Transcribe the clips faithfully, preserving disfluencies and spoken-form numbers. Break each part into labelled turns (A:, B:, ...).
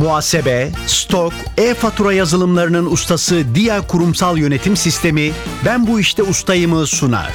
A: Muhasebe, stok, e-fatura yazılımlarının ustası Dia Kurumsal Yönetim Sistemi Ben Bu İşte Ustayım'ı sunar.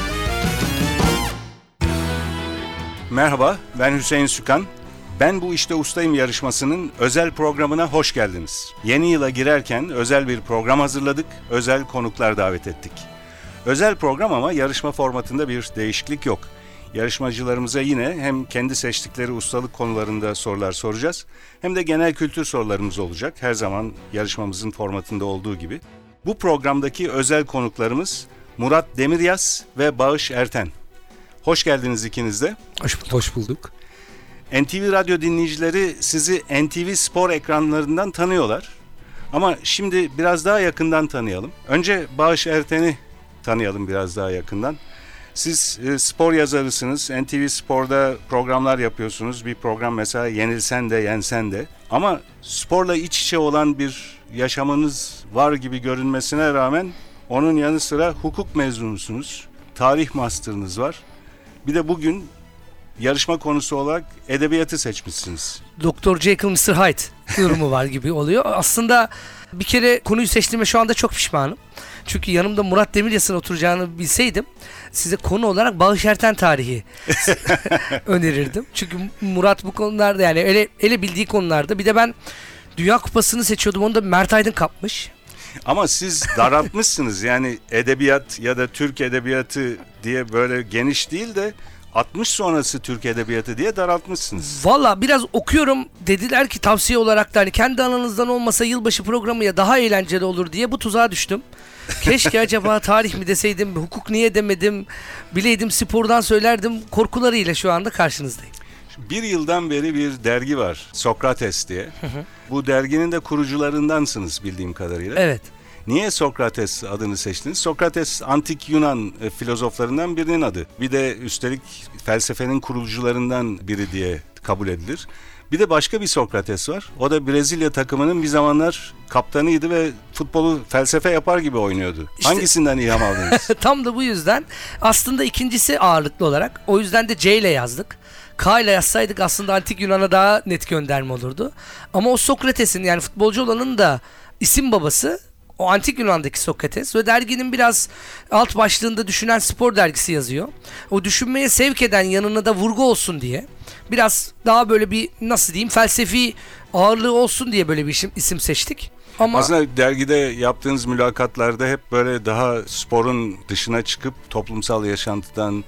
B: Merhaba, ben Hüseyin Sükan. Ben Bu İşte Ustayım yarışmasının özel programına hoş geldiniz. Yeni yıla girerken özel bir program hazırladık, özel konuklar davet ettik. Özel program ama yarışma formatında bir değişiklik yok. Yarışmacılarımıza yine hem kendi seçtikleri ustalık konularında sorular soracağız, hem de genel kültür sorularımız olacak. Her zaman yarışmamızın formatında olduğu gibi. Bu programdaki özel konuklarımız Murat Demiryaz ve Bağış Erten. Hoş geldiniz ikiniz de.
C: Hoş bulduk. Hoş bulduk.
B: N T V Radyo dinleyicileri sizi N T V Spor ekranlarından tanıyorlar. Ama şimdi biraz daha yakından tanıyalım. Önce Bağış Erten'i tanıyalım biraz daha yakından. Siz e, spor yazarısınız. N T V Spor'da programlar yapıyorsunuz. Bir program mesela Yenilsen de Yensen de. Ama sporla iç içe olan bir yaşamınız var gibi görünmesine rağmen onun yanı sıra hukuk mezunusunuz. Tarih master'ınız var. Bir de bugün yarışma konusu olarak edebiyatı seçmişsiniz.
C: doktor Jekyll mister Hyde durumu var gibi oluyor. Aslında bir kere konuyu seçtiğime şu anda çok pişmanım. Çünkü yanımda Murat Demiryaz'ın oturacağını bilseydim size konu olarak Bağış Erten tarihi önerirdim. Çünkü Murat bu konularda yani ele, ele bildiği konularda, bir de ben Dünya Kupası'nı seçiyordum, onu da Mert Aydın kapmış.
B: Ama siz daraltmışsınız yani edebiyat ya da Türk edebiyatı diye böyle geniş değil de altmış sonrası Türk edebiyatı diye daraltmışsınız.
C: Valla biraz okuyorum, dediler ki tavsiye olarak da hani kendi alanınızdan olmasa yılbaşı programı ya daha eğlenceli olur diye bu tuzağa düştüm. Keşke acaba tarih mi deseydim, hukuk niye demedim, bileydim spordan söylerdim korkularıyla şu anda karşınızdayım.
B: Bir yıldan beri bir dergi var, Sokrates diye. Hı hı. Bu derginin de kurucularındansınız bildiğim kadarıyla.
C: Evet.
B: Niye Sokrates adını seçtiniz? Sokrates antik Yunan e, filozoflarından birinin adı. Bir de üstelik felsefenin kurucularından biri diye kabul edilir. Bir de başka bir Sokrates var. O da Brezilya takımının bir zamanlar kaptanıydı ve futbolu felsefe yapar gibi oynuyordu. İşte, hangisinden ilham aldınız?
C: Tam da bu yüzden aslında ikincisi ağırlıklı olarak. O yüzden de C ile yazdık. K ile yazsaydık aslında antik Yunan'a daha net gönderme olurdu. Ama o Sokrates'in, yani futbolcu olanın da isim babası o antik Yunan'daki Sokrates ve derginin biraz alt başlığında düşünen spor dergisi yazıyor. O düşünmeye sevk eden yanına da vurgu olsun diye, biraz daha böyle bir nasıl diyeyim felsefi ağırlığı olsun diye böyle bir isim, isim seçtik. Ama
B: aslında dergide yaptığınız mülakatlarda hep böyle daha sporun dışına çıkıp toplumsal yaşantıdan,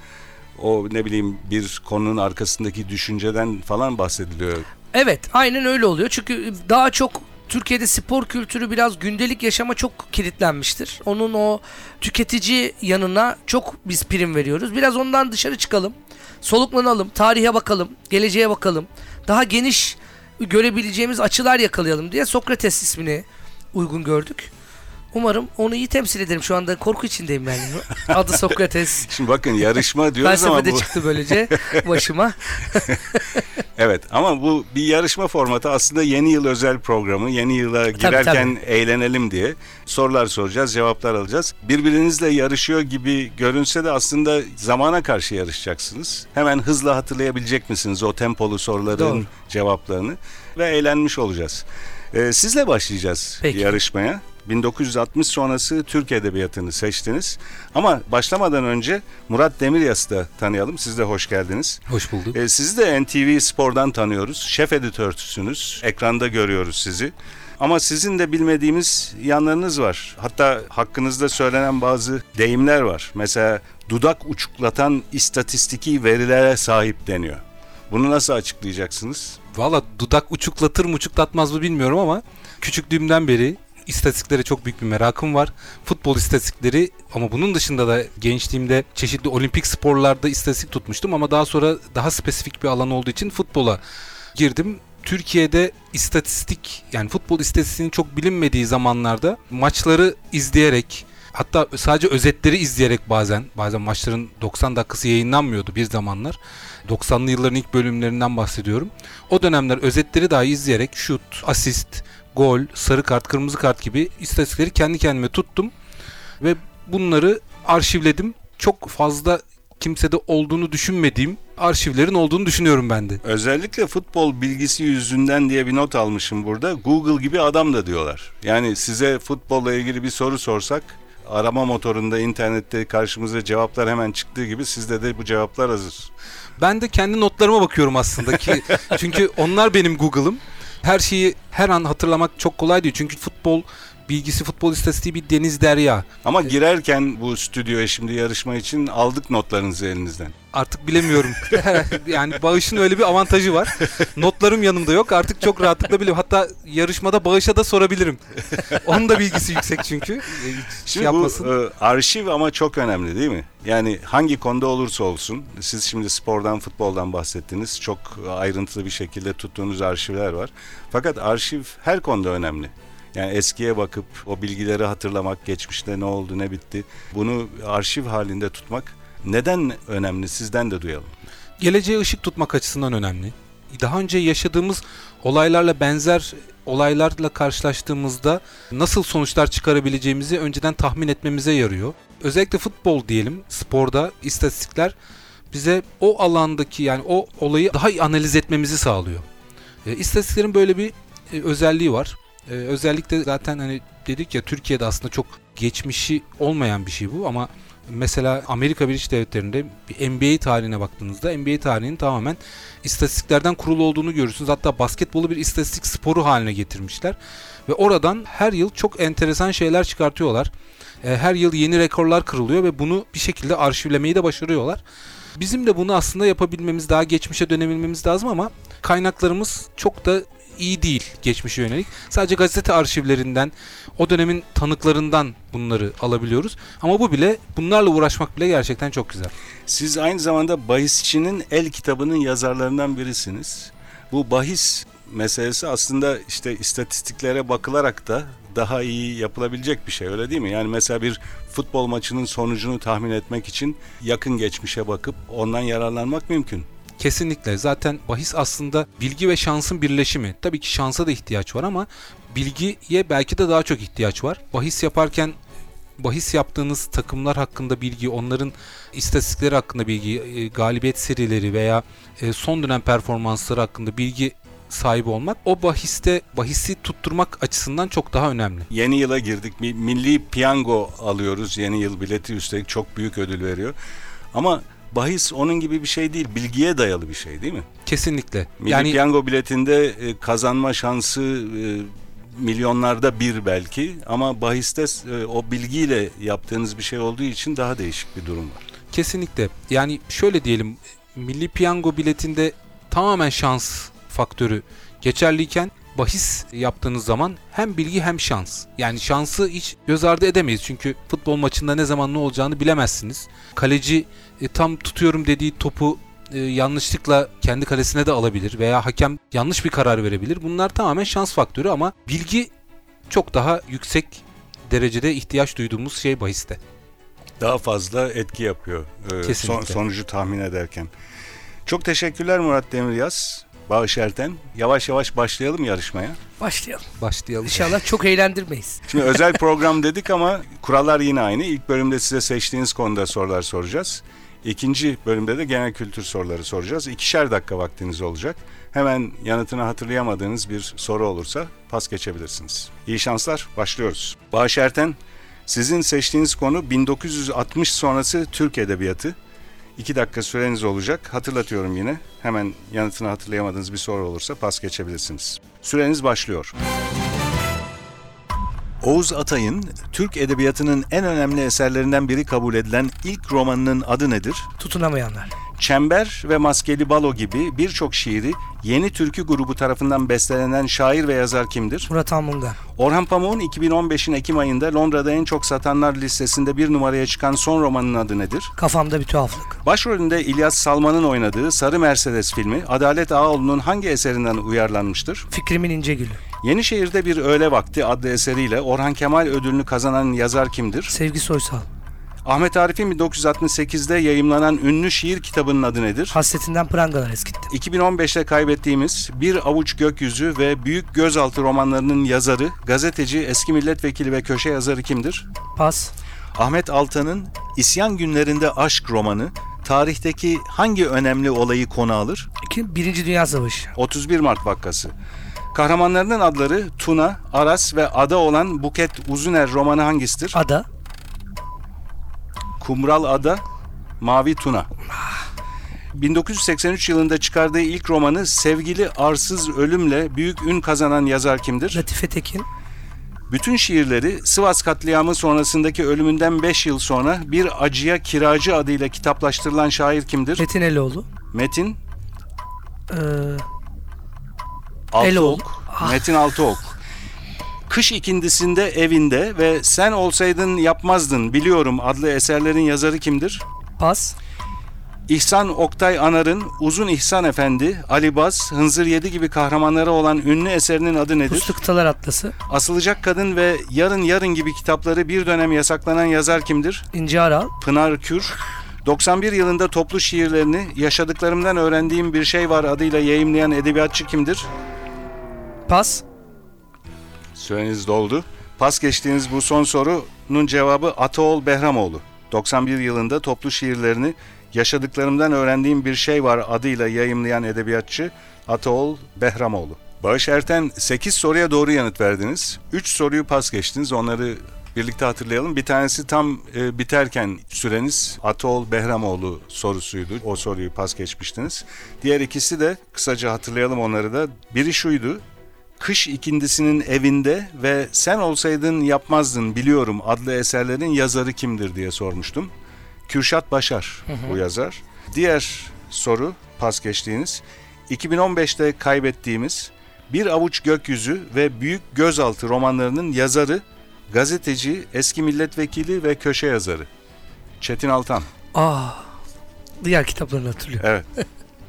B: o ne bileyim bir konunun arkasındaki düşünceden falan bahsediliyor.
C: Evet, aynen öyle oluyor. Çünkü daha çok Türkiye'de spor kültürü biraz gündelik yaşama çok kilitlenmiştir. Onun o tüketici yanına çok biz prim veriyoruz. Biraz ondan dışarı çıkalım, soluklanalım, tarihe bakalım, geleceğe bakalım. Daha geniş görebileceğimiz açılar yakalayalım diye Sokrates ismini uygun gördük. Umarım onu iyi temsil ederim. Şu anda korku içindeyim ben. Adı Sokrates.
B: Şimdi bakın yarışma diyoruz ama bu...
C: Felsefede çıktı böylece başıma.
B: Evet ama bu bir yarışma formatı, aslında yeni yıl özel programı. Yeni yıla girerken tabii, tabii. eğlenelim diye sorular soracağız, cevaplar alacağız. Birbirinizle yarışıyor gibi görünse de aslında zamana karşı yarışacaksınız. Hemen hızla hatırlayabilecek misiniz o tempolu soruların Doğru. cevaplarını ve eğlenmiş olacağız. Ee, sizle başlayacağız Peki. yarışmaya. bin dokuz yüz altmış sonrası Türk Edebiyatı'nı seçtiniz. Ama başlamadan önce Murat Demiryaz'ı da tanıyalım. Siz de hoş geldiniz.
C: Hoş bulduk.
B: Ee, sizi de N T V Spor'dan tanıyoruz. Şef editörsünüz. Ekranda görüyoruz sizi. Ama sizin de bilmediğimiz yanlarınız var. Hatta hakkınızda söylenen bazı deyimler var. Mesela dudak uçuklatan istatistiki verilere sahip deniyor. Bunu nasıl açıklayacaksınız?
D: Valla dudak uçuklatır mı uçuklatmaz mı bilmiyorum ama küçüklüğümden beri İstatistiklere çok büyük bir merakım var. Futbol istatistikleri, ama bunun dışında da gençliğimde çeşitli olimpik sporlarda istatistik tutmuştum ama daha sonra daha spesifik bir alan olduğu için futbola girdim. Türkiye'de istatistik, yani futbol istatistiğinin çok bilinmediği zamanlarda maçları izleyerek, hatta sadece özetleri izleyerek bazen bazen maçların doksan dakikası yayınlanmıyordu bir zamanlar. doksanlı yılların ilk bölümlerinden bahsediyorum. O dönemler özetleri dahi izleyerek şut, asist, gol, sarı kart, kırmızı kart gibi istatistikleri kendi kendime tuttum ve bunları arşivledim. Çok fazla kimsede olduğunu düşünmediğim arşivlerin olduğunu düşünüyorum ben de.
B: Özellikle futbol bilgisi yüzünden diye bir not almışım burada. Google gibi adam da diyorlar. Yani size futbolla ilgili bir soru sorsak arama motorunda, internette karşımıza cevaplar hemen çıktığı gibi sizde de bu cevaplar hazır.
D: Ben de kendi notlarıma bakıyorum aslında ki çünkü onlar benim Google'ım. Her şeyi her an hatırlamak çok kolay değil. Çünkü futbol bilgisi, futbol istatistiği bir deniz derya.
B: Ama girerken bu stüdyoya şimdi yarışma için aldık notlarınızı elinizden.
D: Artık bilemiyorum. Yani Bağış'ın öyle bir avantajı var. Notlarım yanımda yok. Artık çok rahatlıkla biliyorum. Hatta yarışmada Bağış'a da sorabilirim. Onun da bilgisi yüksek çünkü. Hiç
B: Şimdi
D: yapmasın.
B: bu e, arşiv ama çok önemli değil mi? Yani hangi konuda olursa olsun, siz şimdi spordan, futboldan bahsettiniz. Çok ayrıntılı bir şekilde tuttuğunuz arşivler var. Fakat arşiv her konuda önemli. Yani eskiye bakıp o bilgileri hatırlamak, geçmişte ne oldu, ne bitti, bunu arşiv halinde tutmak neden önemli? Sizden de duyalım.
D: Geleceğe ışık tutmak açısından önemli. Daha önce yaşadığımız olaylarla benzer olaylarla karşılaştığımızda nasıl sonuçlar çıkarabileceğimizi önceden tahmin etmemize yarıyor. Özellikle futbol diyelim, sporda istatistikler bize o alandaki yani o olayı daha iyi analiz etmemizi sağlıyor. E, istatistiklerin böyle bir e, özelliği var. Ee, özellikle zaten hani dedik ya Türkiye'de aslında çok geçmişi olmayan bir şey bu ama mesela Amerika Birleşik Devletleri'nde bir N B A tarihine baktığınızda N B A tarihinin tamamen istatistiklerden kurulu olduğunu görürsünüz. Hatta basketbolu bir istatistik sporu haline getirmişler ve oradan her yıl çok enteresan şeyler çıkartıyorlar. Ee, her yıl yeni rekorlar kırılıyor ve bunu bir şekilde arşivlemeyi de başarıyorlar. Bizim de bunu aslında yapabilmemiz, daha geçmişe dönebilmemiz lazım ama kaynaklarımız çok da iyi değil geçmişe yönelik. Sadece gazete arşivlerinden, o dönemin tanıklarından bunları alabiliyoruz. Ama bu bile, bunlarla uğraşmak bile gerçekten çok güzel.
B: Siz aynı zamanda Bahisçi'nin el kitabının yazarlarından birisiniz. Bu bahis meselesi aslında işte istatistiklere bakılarak da daha iyi yapılabilecek bir şey, öyle değil mi? Yani mesela bir futbol maçının sonucunu tahmin etmek için yakın geçmişe bakıp ondan yararlanmak mümkün.
D: Kesinlikle. Zaten bahis aslında bilgi ve şansın birleşimi. Tabii ki şansa da ihtiyaç var ama bilgiye belki de daha çok ihtiyaç var. Bahis yaparken bahis yaptığınız takımlar hakkında bilgi, onların istatistikleri hakkında bilgi, galibiyet serileri veya son dönem performansları hakkında bilgi sahibi olmak, o bahiste bahisi tutturmak açısından çok daha önemli.
B: Yeni yıla girdik. Bir milli piyango alıyoruz. Yeni yıl bileti, üstelik çok büyük ödül veriyor. Ama bahis onun gibi bir şey değil. Bilgiye dayalı bir şey değil mi?
D: Kesinlikle.
B: Milli
D: yani
B: piyango biletinde kazanma şansı milyonlarda bir belki, ama bahiste o bilgiyle yaptığınız bir şey olduğu için daha değişik bir durum var.
D: Kesinlikle. Yani şöyle diyelim, milli piyango biletinde tamamen şans faktörü geçerliyken bahis yaptığınız zaman hem bilgi hem şans. Yani şansı hiç göz ardı edemeyiz. Çünkü futbol maçında ne zaman ne olacağını bilemezsiniz. Kaleci e, tam tutuyorum dediği topu e, yanlışlıkla kendi kalesine de alabilir veya hakem yanlış bir karar verebilir. Bunlar tamamen şans faktörü ama bilgi çok daha yüksek derecede ihtiyaç duyduğumuz şey bahiste.
B: Daha fazla etki yapıyor e, son, sonucu tahmin ederken. Çok teşekkürler Murat Demiryaz, Bağış Erten. Yavaş yavaş başlayalım yarışmaya.
C: Başlayalım.
D: Başlayalım.
C: İnşallah çok eğlendirmeyiz.
B: Şimdi özel program dedik ama kurallar yine aynı. İlk bölümde size seçtiğiniz konuda sorular soracağız. İkinci bölümde de genel kültür soruları soracağız. İkişer dakika vaktiniz olacak. Hemen yanıtını hatırlayamadığınız bir soru olursa pas geçebilirsiniz. İyi şanslar, başlıyoruz. Bağış Erten, sizin seçtiğiniz konu bin dokuz yüz altmış sonrası Türk Edebiyatı. İki dakika süreniz olacak. Hatırlatıyorum yine. Hemen yanıtını hatırlayamadığınız bir soru olursa pas geçebilirsiniz. Süreniz başlıyor. Oğuz Atay'ın Türk Edebiyatı'nın en önemli eserlerinden biri kabul edilen ilk romanının adı nedir?
C: Tutunamayanlar.
B: Çember ve Maskeli Balo gibi birçok şiiri Yeni Türkü grubu tarafından bestelenen şair ve yazar kimdir?
C: Murat Anmungan.
B: Orhan Pamuk'un iki bin on beşin Ekim ayında Londra'da en çok satanlar listesinde bir numaraya çıkan son romanının adı nedir?
C: Kafamda bir tuhaflık.
B: Başrolünde İlyas Salman'ın oynadığı Sarı Mercedes filmi Adalet Ağaoğlu'nun hangi eserinden uyarlanmıştır?
C: Fikrimin İnce Gülü.
B: Yenişehir'de Bir Öğle Vakti adlı eseriyle Orhan Kemal ödülünü kazanan yazar kimdir?
C: Sevgi Soysal.
B: Ahmet Arif'in bin dokuz yüz altmış sekizde yayımlanan ünlü şiir kitabının adı nedir?
C: Hasretinden prangalar eskitti.
B: iki bin on beşte kaybettiğimiz Bir Avuç Gökyüzü ve Büyük Gözaltı romanlarının yazarı, gazeteci, eski milletvekili ve köşe yazarı kimdir?
C: Pas.
B: Ahmet Altan'ın İsyan Günlerinde Aşk romanı tarihteki hangi önemli olayı konu alır?
C: İki, Birinci Dünya Savaşı.
B: otuz bir Mart vakası. Kahramanlarının adları Tuna, Aras ve Ada olan Buket Uzuner romanı hangisidir?
C: Ada.
B: Kumral Ada, Mavi Tuna. bin dokuz yüz seksen üç yılında çıkardığı ilk romanı Sevgili Arsız Ölüm'le büyük ün kazanan yazar kimdir?
C: Latife Tekin.
B: Bütün şiirleri Sivas katliamı sonrasındaki ölümünden beş yıl sonra Bir Acıya Kiracı adıyla kitaplaştırılan şair kimdir?
C: Metin Eloğlu.
B: Metin
C: Ee,
B: Altıok.
C: Eloğlu. Ah.
B: Metin Altıok. Kış ikindisinde evinde ve Sen Olsaydın Yapmazdın Biliyorum adlı eserlerin yazarı kimdir?
C: Pas.
B: İhsan Oktay Anar'ın Uzun İhsan Efendi, Ali Baz, Hınzır Yedi gibi kahramanları olan ünlü eserinin adı nedir?
C: Puslu Kıtalar Atlası.
B: Asılacak Kadın ve Yarın Yarın gibi kitapları bir dönem yasaklanan yazar kimdir?
C: İnci Aral.
B: Pınar Kür. doksan bir yılında toplu şiirlerini Yaşadıklarımdan Öğrendiğim Bir Şey Var adıyla yayımlayan edebiyatçı kimdir?
C: Pas.
B: Süreniz doldu. Pas geçtiğiniz bu son sorunun cevabı Ataol Behramoğlu. doksan bir yılında toplu şiirlerini Yaşadıklarımdan Öğrendiğim Bir Şey Var adıyla yayımlayan edebiyatçı Ataol Behramoğlu. Bağış Erten, sekiz soruya doğru yanıt verdiniz. üç soruyu pas geçtiniz. Onları birlikte hatırlayalım. Bir tanesi tam e, biterken süreniz Ataol Behramoğlu sorusuydu. O soruyu pas geçmiştiniz. Diğer ikisi de kısaca hatırlayalım onları da. Biri şuydu. Kış ikindisinin evinde ve Sen Olsaydın Yapmazdın Biliyorum adlı eserlerin yazarı kimdir diye sormuştum. Kürşat Başar hı hı. bu yazar. Diğer soru pas geçtiğiniz. iki bin on beşte kaybettiğimiz Bir Avuç Gökyüzü ve Büyük Gözaltı romanlarının yazarı, gazeteci, eski milletvekili ve köşe yazarı. Çetin Altan.
C: Aa. Diğer kitaplarını hatırlıyorum.
B: Evet.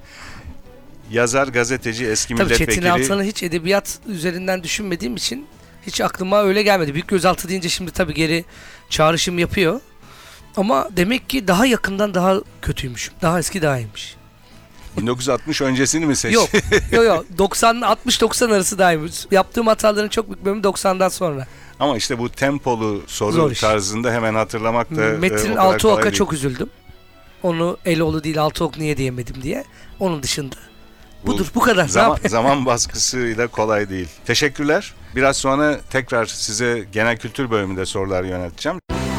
B: Yazar, gazeteci, eski
C: Tabii
B: milletvekili.
C: Çetin Altan'ı hiç edebiyat üzerinden düşünmediğim için hiç aklıma öyle gelmedi. Büyük Gözaltı deyince şimdi tabii geri çağrışım yapıyor. Ama demek ki daha yakından daha kötüymüşüm. Daha eski daha iyiymiş.
B: bin dokuz yüz altmış öncesini mi seçtin?
C: Yok. Yok yok. doksan altmış doksan arası daha iyiymiş. Yaptığım hataların çok büyük bölümü doksandan sonra.
B: Ama işte bu tempolu soru
C: Zor iş.
B: tarzında hemen hatırlamak da
C: Metin
B: e,
C: Altıok'a çok üzüldüm. Onu Eloğlu değil Altıok niye diyemedim diye. Onun dışında. Budur bu, bu kadar.
B: Zaman, zaman baskısıyla kolay değil. Teşekkürler. Biraz sonra tekrar size genel kültür bölümünde sorular yönelteceğim.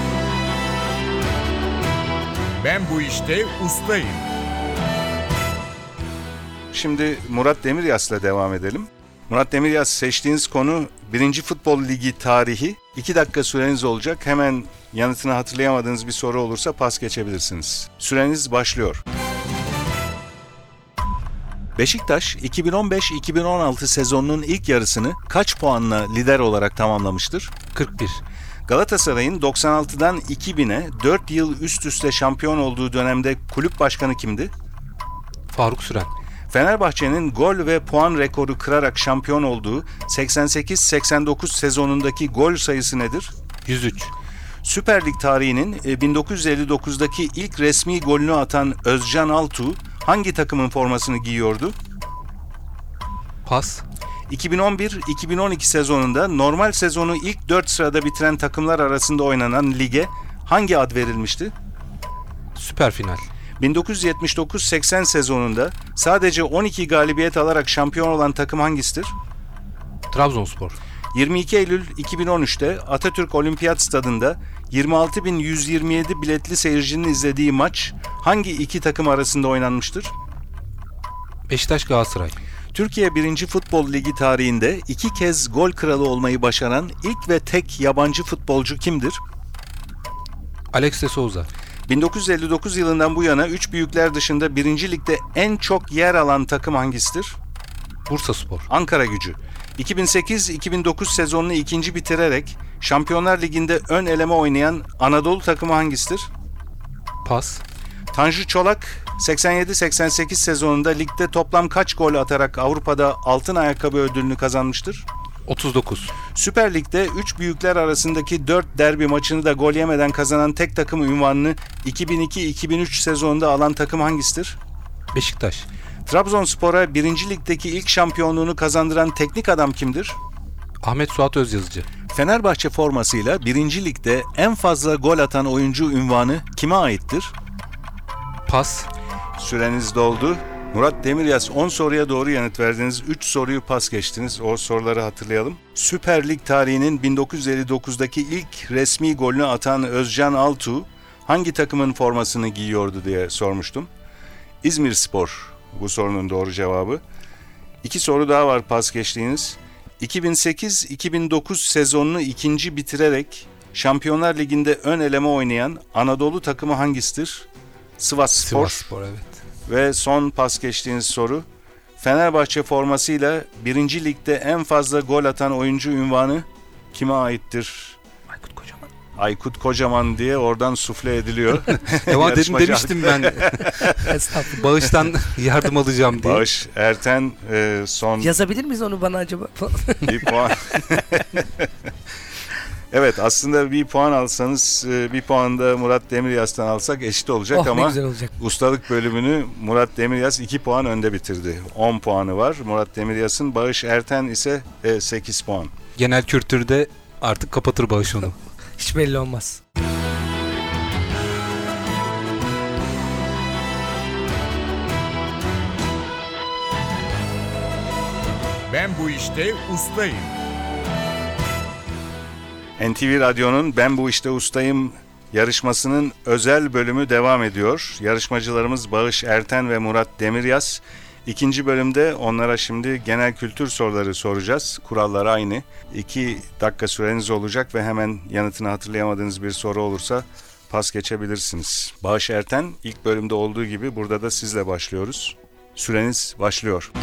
E: Ben bu işte ustayım.
B: Şimdi Murat Demiryas'la devam edelim. Murat Demiryas, seçtiğiniz konu birinci Futbol Ligi tarihi. iki dakika süreniz olacak. Hemen yanıtını hatırlayamadığınız bir soru olursa pas geçebilirsiniz. Süreniz başlıyor. Beşiktaş iki bin on beş iki bin on altı sezonunun ilk yarısını kaç puanla lider olarak tamamlamıştır?
D: kırk bir.
B: Galatasaray'ın doksan altıdan iki bine dört yıl üst üste şampiyon olduğu dönemde kulüp başkanı kimdi?
D: Faruk Süren.
B: Fenerbahçe'nin gol ve puan rekoru kırarak şampiyon olduğu seksen sekiz seksen dokuz sezonundaki gol sayısı nedir?
D: yüz üç.
B: Süper Lig tarihinin bin dokuz yüz elli dokuzdaki ilk resmi golünü atan Özcan Altuğ hangi takımın formasını giyiyordu?
D: Pas.
B: iki bin on bir iki bin on iki sezonunda normal sezonu ilk dört sırada bitiren takımlar arasında oynanan lige hangi ad verilmişti?
D: Süper final.
B: bin dokuz yüz yetmiş dokuz seksen sezonunda sadece on iki galibiyet alarak şampiyon olan takım hangisidir?
D: Trabzonspor.
B: yirmi iki Eylül iki bin on üçte Atatürk Olimpiyat Stadında yirmi altı bin yüz yirmi yedi biletli seyircinin izlediği maç hangi iki takım arasında oynanmıştır?
D: Beşiktaş Galatasaray.
B: Türkiye birinci Futbol Ligi tarihinde iki kez gol kralı olmayı başaran ilk ve tek yabancı futbolcu kimdir?
D: Alex de Souza.
B: bin dokuz yüz elli dokuz yılından bu yana üç büyükler dışında birinci Lig'de en çok yer alan takım hangisidir?
D: Bursaspor.
B: Ankaragücü. iki bin sekiz iki bin dokuz sezonunu ikinci bitirerek Şampiyonlar Ligi'nde ön eleme oynayan Anadolu takımı hangisidir?
D: Pas.
B: Tanju Çolak seksen yedi seksen sekiz sezonunda ligde toplam kaç gol atarak Avrupa'da altın ayakkabı ödülünü kazanmıştır?
D: otuz dokuz.
B: Süper Lig'de üç büyükler arasındaki dört derbi maçını da gol yemeden kazanan tek takım unvanını iki bin iki iki bin üç sezonunda alan takım hangisidir?
D: Beşiktaş.
B: Trabzonspor'a birinci Lig'deki ilk şampiyonluğunu kazandıran teknik adam kimdir?
D: Ahmet Suat Özyazıcı.
B: Fenerbahçe formasıyla birinci Lig'de en fazla gol atan oyuncu unvanı kime aittir?
D: Pas.
B: Süreniz doldu. Murat Demiryas, on soruya doğru yanıt verdiniz. üç soruyu pas geçtiniz. O soruları hatırlayalım. Süper Lig tarihinin bin dokuz yüz elli dokuzdaki ilk resmi golünü atan Özcan Altuğ hangi takımın formasını giyiyordu diye sormuştum. İzmirspor bu sorunun doğru cevabı. İki soru daha var pas geçtiğiniz. iki bin sekiz iki bin dokuz sezonunu ikinci bitirerek Şampiyonlar Ligi'nde ön eleme oynayan Anadolu takımı hangisidir? Sivasspor.
D: Sivasspor, evet.
B: Ve son pas geçtiğiniz soru. Fenerbahçe formasıyla birinci Lig'de en fazla gol atan oyuncu unvanı kime aittir?
C: Aykut Kocaman.
B: Aykut Kocaman diye oradan sufle ediliyor.
D: Devam dedim
B: Yarışmacı
D: demiştim ben.
C: Estağfurullah.
D: Bağıştan yardım alacağım diye.
B: Bağış Erten e, son
C: Yazabilir miyiz onu bana acaba?
B: bir puan. Evet, aslında bir puan alsanız e, bir puan da Murat Demiryas'tan alsak eşit olacak
C: Oh, ne
B: ama
C: güzel olacak.
B: ustalık bölümünü Murat Demiryas iki puan önde bitirdi. on puanı var Murat Demiryas'ın. Bağış Erten ise e, sekiz puan.
D: Genel kültürde artık kapatır Bağış onu.
C: Hiç belli olmaz.
E: Ben bu işte ustayım.
B: N T V Radyo'nun Ben Bu İşte Ustayım yarışmasının özel bölümü devam ediyor. Yarışmacılarımız Bağış Erten ve Murat Demiryas. İkinci bölümde onlara şimdi genel kültür soruları soracağız. Kurallar aynı. İki dakika süreniz olacak ve hemen yanıtını hatırlayamadığınız bir soru olursa pas geçebilirsiniz. Bağış Erten, ilk bölümde olduğu gibi burada da sizle başlıyoruz. Süreniz başlıyor.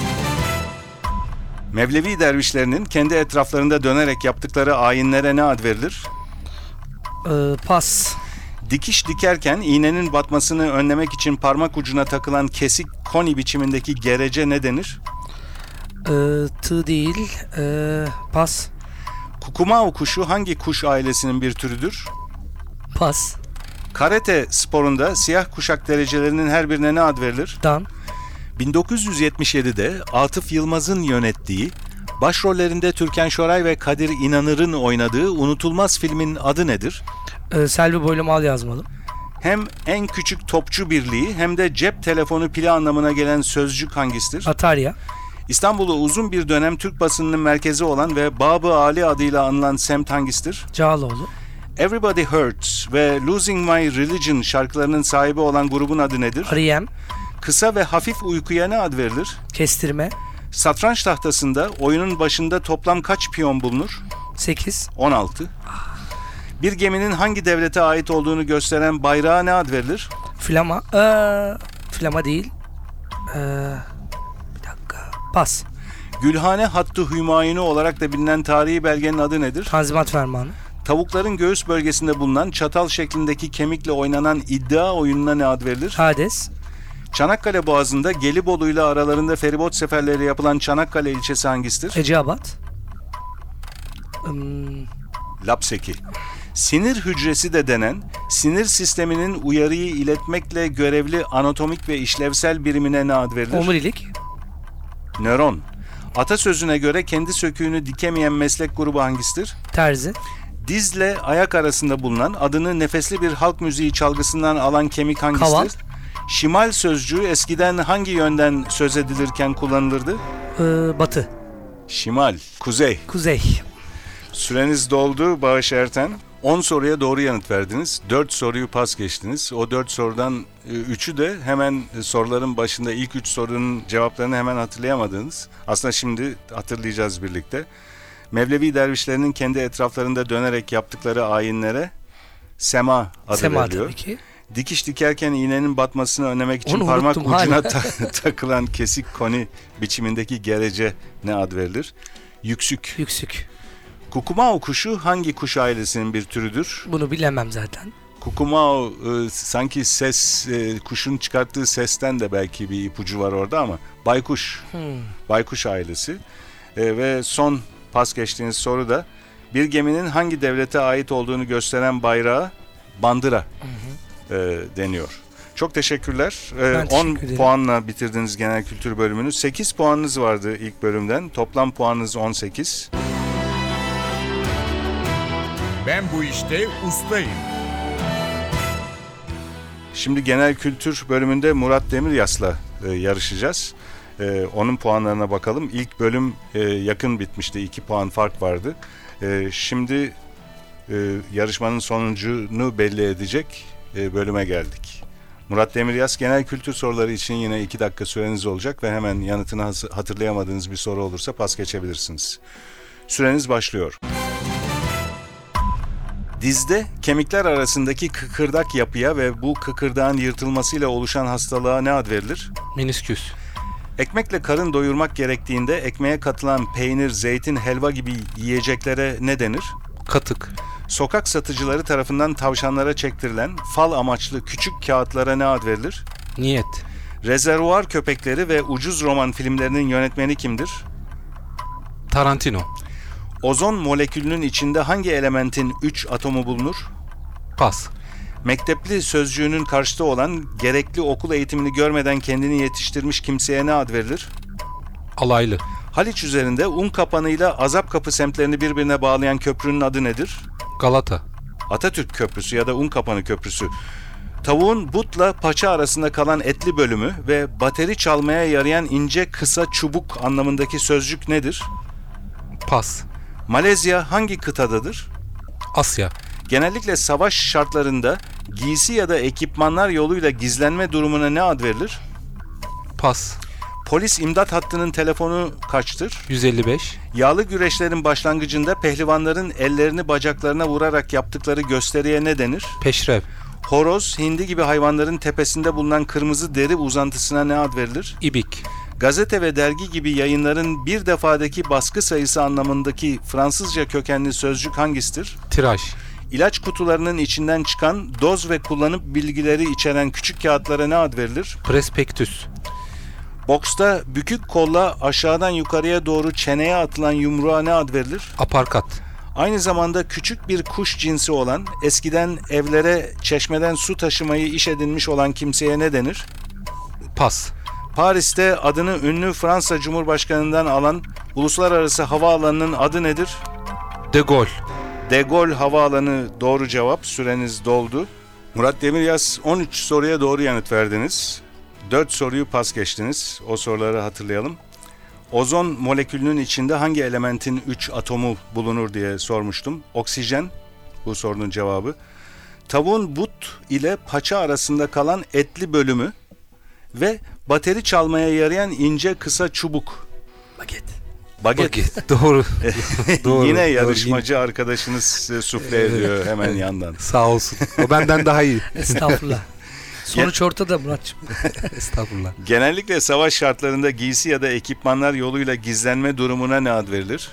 B: Mevlevi dervişlerinin kendi etraflarında dönerek yaptıkları ayinlere ne ad verilir?
C: Ee, pas.
B: Dikiş dikerken iğnenin batmasını önlemek için parmak ucuna takılan kesik koni biçimindeki gerece ne denir?
C: Ee, tığ değil. Ee, pas.
B: Kukumao kuşu hangi kuş ailesinin bir türüdür?
C: Pas.
B: Karate sporunda siyah kuşak derecelerinin her birine ne ad verilir?
C: Dan.
B: bin dokuz yüz yetmiş yedide Atıf Yılmaz'ın yönettiği, başrollerinde Türkan Şoray ve Kadir İnanır'ın oynadığı unutulmaz filmin adı nedir?
C: Ee, Selvi Boylum Al yazmalı.
B: Hem en küçük topçu birliği hem de cep telefonu pili anlamına gelen sözcük hangisidir?
C: Atarya.
B: İstanbul'u uzun bir dönem Türk basınının merkezi olan ve Bab-ı Ali adıyla anılan semt hangisidir?
C: Cağaloğlu.
B: Everybody Hurts ve Losing My Religion şarkılarının sahibi olan grubun adı nedir?
C: R E M.
B: Kısa ve hafif uykuya ne ad verilir?
C: Kestirme.
B: Satranç tahtasında oyunun başında toplam kaç piyon bulunur?
C: sekiz.
B: on altı. Bir geminin hangi devlete ait olduğunu gösteren bayrağa ne ad verilir?
C: Flama. Ee, flama değil. Ee, bir dakika. Pas.
B: Gülhane Hattı Hümayunu olarak da bilinen tarihi belgenin adı nedir?
C: Tanzimat Fermanı.
B: Tavukların göğüs bölgesinde bulunan çatal şeklindeki kemikle oynanan iddia oyununa ne ad verilir?
C: Hades.
B: Çanakkale Boğazı'nda Gelibolu ile aralarında feribot seferleri yapılan Çanakkale ilçesi hangisidir?
C: Eceabat. Hmm,
B: Lapseki. Sinir hücresi de denen, sinir sisteminin uyarıyı iletmekle görevli anatomik ve işlevsel birimine ne ad verilir?
C: omurilik.
B: Nöron. Atasözüne göre kendi söküğünü dikemeyen meslek grubu hangisidir?
C: Terzi.
B: Dizle ayak arasında bulunan, adını nefesli bir halk müziği çalgısından alan kemik hangisidir?
C: Kaval.
B: Şimal sözcüğü eskiden hangi yönden söz edilirken kullanılırdı?
C: Ee, batı.
B: Şimal, kuzey.
C: Kuzey.
B: Süreniz doldu Bağış Erten. on soruya doğru yanıt verdiniz. dört soruyu pas geçtiniz. O dört sorudan üçü de hemen soruların başında ilk üç sorunun cevaplarını hemen hatırlayamadınız. Aslında şimdi hatırlayacağız birlikte. Mevlevi dervişlerinin kendi etraflarında dönerek yaptıkları ayinlere sema adı
C: Sema
B: veriliyor.
C: tabii ki.
B: Dikiş dikerken iğnenin batmasını önlemek için
C: Onu
B: parmak
C: unuttum
B: ucuna
C: hala.
B: ta- takılan kesik koni biçimindeki gerece ne ad verilir? Yüksük.
C: Yüksük.
B: Kukumao kuşu hangi kuş ailesinin bir türüdür?
C: Bunu bilemem zaten.
B: Kukumao e, sanki ses, e, kuşun çıkarttığı sesten de belki bir ipucu var orada ama baykuş.
C: Hmm.
B: Baykuş ailesi. E, ve son pas geçtiğiniz soru da bir geminin hangi devlete ait olduğunu gösteren bayrağı bandıra e, deniyor. Çok teşekkürler. E,
C: Ben teşekkür
B: on
C: ederim.
B: puanla bitirdiniz genel kültür bölümünü. sekiz puanınız vardı ilk bölümden. Toplam puanınız on sekiz.
E: Ben bu işte ustayım.
B: Şimdi genel kültür bölümünde Murat Demiryas'la e, yarışacağız. E, onun puanlarına bakalım. İlk bölüm e, yakın bitmişti. iki puan fark vardı. E, şimdi e, yarışmanın sonucunu belli edecek e, bölüme geldik. Murat Demiryas, genel kültür soruları için yine iki dakika süreniz olacak ve hemen yanıtını hatırlayamadığınız bir soru olursa pas geçebilirsiniz. Süreniz başlıyor. Dizde kemikler arasındaki kıkırdak yapıya ve bu kıkırdağın yırtılmasıyla oluşan hastalığa ne ad verilir?
D: Menisküs.
B: Ekmekle karın doyurmak gerektiğinde ekmeğe katılan peynir, zeytin, helva gibi yiyeceklere ne denir?
D: Katık.
B: Sokak satıcıları tarafından tavşanlara çektirilen fal amaçlı küçük kağıtlara ne ad verilir?
D: Niyet.
B: Rezervuar Köpekleri ve Ucuz Roman filmlerinin yönetmeni kimdir?
D: Tarantino.
B: Ozon molekülünün içinde hangi elementin üç atomu bulunur?
D: Pas.
B: Mektepli sözcüğünün karşıtı olan gerekli okul eğitimini görmeden kendini yetiştirmiş kimseye ne ad verilir?
D: Alaylı.
B: Haliç üzerinde un kapanıyla Azap Kapı semtlerini birbirine bağlayan köprünün adı nedir?
D: Galata.
B: Atatürk Köprüsü ya da Unkapanı Köprüsü. Tavuğun butla paça arasında kalan etli bölümü ve bateri çalmaya yarayan ince kısa çubuk anlamındaki sözcük nedir?
D: Pas.
B: Malezya hangi kıtadadır?
D: Asya.
B: Genellikle savaş şartlarında giysi ya da ekipmanlar yoluyla gizlenme durumuna ne ad verilir?
D: Pas.
B: Polis imdat hattının telefonu kaçtır?
D: yüz elli beş.
B: Yağlı güreşlerin başlangıcında pehlivanların ellerini bacaklarına vurarak yaptıkları gösteriye ne denir?
D: Peşrev.
B: Horoz, hindi gibi hayvanların tepesinde bulunan kırmızı deri uzantısına ne ad verilir?
D: İbik.
B: Gazete ve dergi gibi yayınların bir defadaki baskı sayısı anlamındaki Fransızca kökenli sözcük hangisidir?
D: Tiraj.
B: İlaç kutularının içinden çıkan doz ve kullanım bilgileri içeren küçük kağıtlara ne ad verilir?
D: Prospektüs.
B: Boksta bükük kolla aşağıdan yukarıya doğru çeneye atılan yumruğa ne ad verilir?
D: Aparkat.
B: Aynı zamanda küçük bir kuş cinsi olan, eskiden evlere çeşmeden su taşımayı iş edinmiş olan kimseye ne denir?
D: Pas.
B: Paris'te adını ünlü Fransa Cumhurbaşkanı'ndan alan uluslararası havaalanının adı nedir?
D: De Gaulle.
B: De Gaulle Havaalanı doğru cevap. Süreniz doldu. Murat Demiryas, on üç soruya doğru yanıt verdiniz. dört soruyu pas geçtiniz. O soruları hatırlayalım. Ozon molekülünün içinde hangi elementin üç atomu bulunur diye sormuştum. Oksijen bu sorunun cevabı. Tavuğun but ile paça arasında kalan etli bölümü ve bateri çalmaya yarayan ince kısa çubuk.
C: Baget.
B: Baget.
D: Baget. Doğru. Doğru.
B: Yine
D: Doğru.
B: yarışmacı arkadaşınız size sufle ediyor hemen yandan.
D: Sağ olsun. O benden daha iyi.
C: Estağfurullah. Sonuç ortada Muratçığım.
D: Estağfurullah.
B: Genellikle savaş şartlarında giysi ya da ekipmanlar yoluyla gizlenme durumuna ne ad verilir?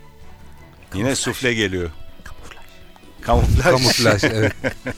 B: Yine sufle geliyor. Kamuflaj.
D: Kamuflaj. Evet.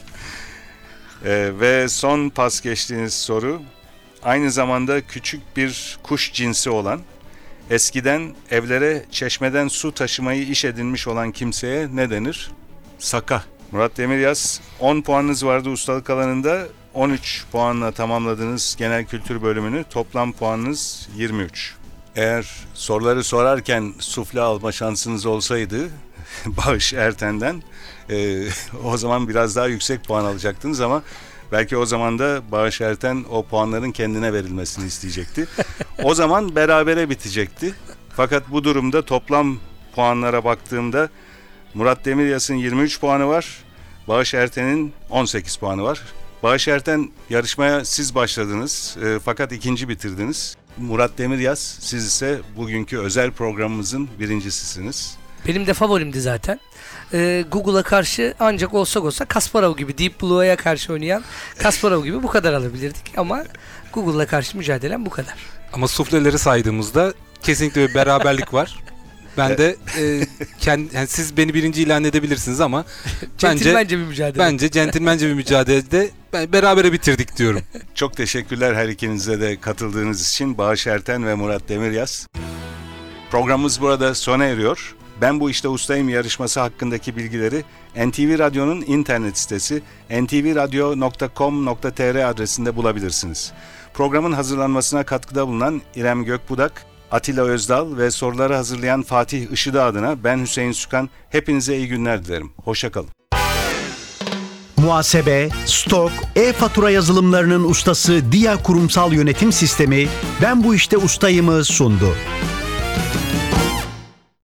B: Ee, ve son pas geçtiğiniz soru. Aynı zamanda küçük bir kuş cinsi olan, eskiden evlere çeşmeden su taşımayı iş edinmiş olan kimseye ne denir? Saka. Murat Demiryas, on puanınız vardı ustalık alanında. on üç puanla tamamladınız genel kültür bölümünü. Toplam puanınız yirmi üç. Eğer soruları sorarken sufle alma şansınız olsaydı Bağış Erten'den e, o zaman biraz daha yüksek puan alacaktınız ama belki o zaman da Bağış Erten o puanların kendine verilmesini isteyecekti. O zaman berabere bitecekti. Fakat bu durumda toplam puanlara baktığımda Murat Demiryas'ın yirmi üç puanı var. Bağış Erten'in on sekiz puanı var. Bağış Erten, yarışmaya siz başladınız e, fakat ikinci bitirdiniz. Murat Demiryas, siz ise bugünkü özel programımızın birincisisiniz.
C: Benim de favorimdi zaten. Ee, Google'a karşı ancak olsak olsa Kasparov gibi, Deep Blue'ya karşı oynayan Kasparov gibi bu kadar alabilirdik. Ama Google'la karşı mücadelem bu kadar.
D: Ama sufleleri saydığımızda kesinlikle bir beraberlik var. Ben de e, kendi, yani siz beni birinci ilan edebilirsiniz ama bence
C: Centilmence bir mücadele.
D: bence centilmence bir mücadelede ben berabere bitirdik diyorum.
B: Çok teşekkürler her ikinize de katıldığınız için. Bağış Erten ve Murat Demiryas. Programımız burada sona eriyor. Ben bu işte ustayım yarışması hakkındaki bilgileri N T V Radyo'nun internet sitesi en ti vi radyo nokta com nokta tr adresinde bulabilirsiniz. Programın hazırlanmasına katkıda bulunan İrem Gökbudak, Atilla Özdal ve soruları hazırlayan Fatih Işıdı adına ben Hüseyin Sükan. Hepinize iyi günler dilerim. Hoşça kalın.
A: Muhasebe, stok, e-fatura yazılımlarının ustası Dia Kurumsal Yönetim Sistemi Ben Bu İşte Ustayım'ı sundu.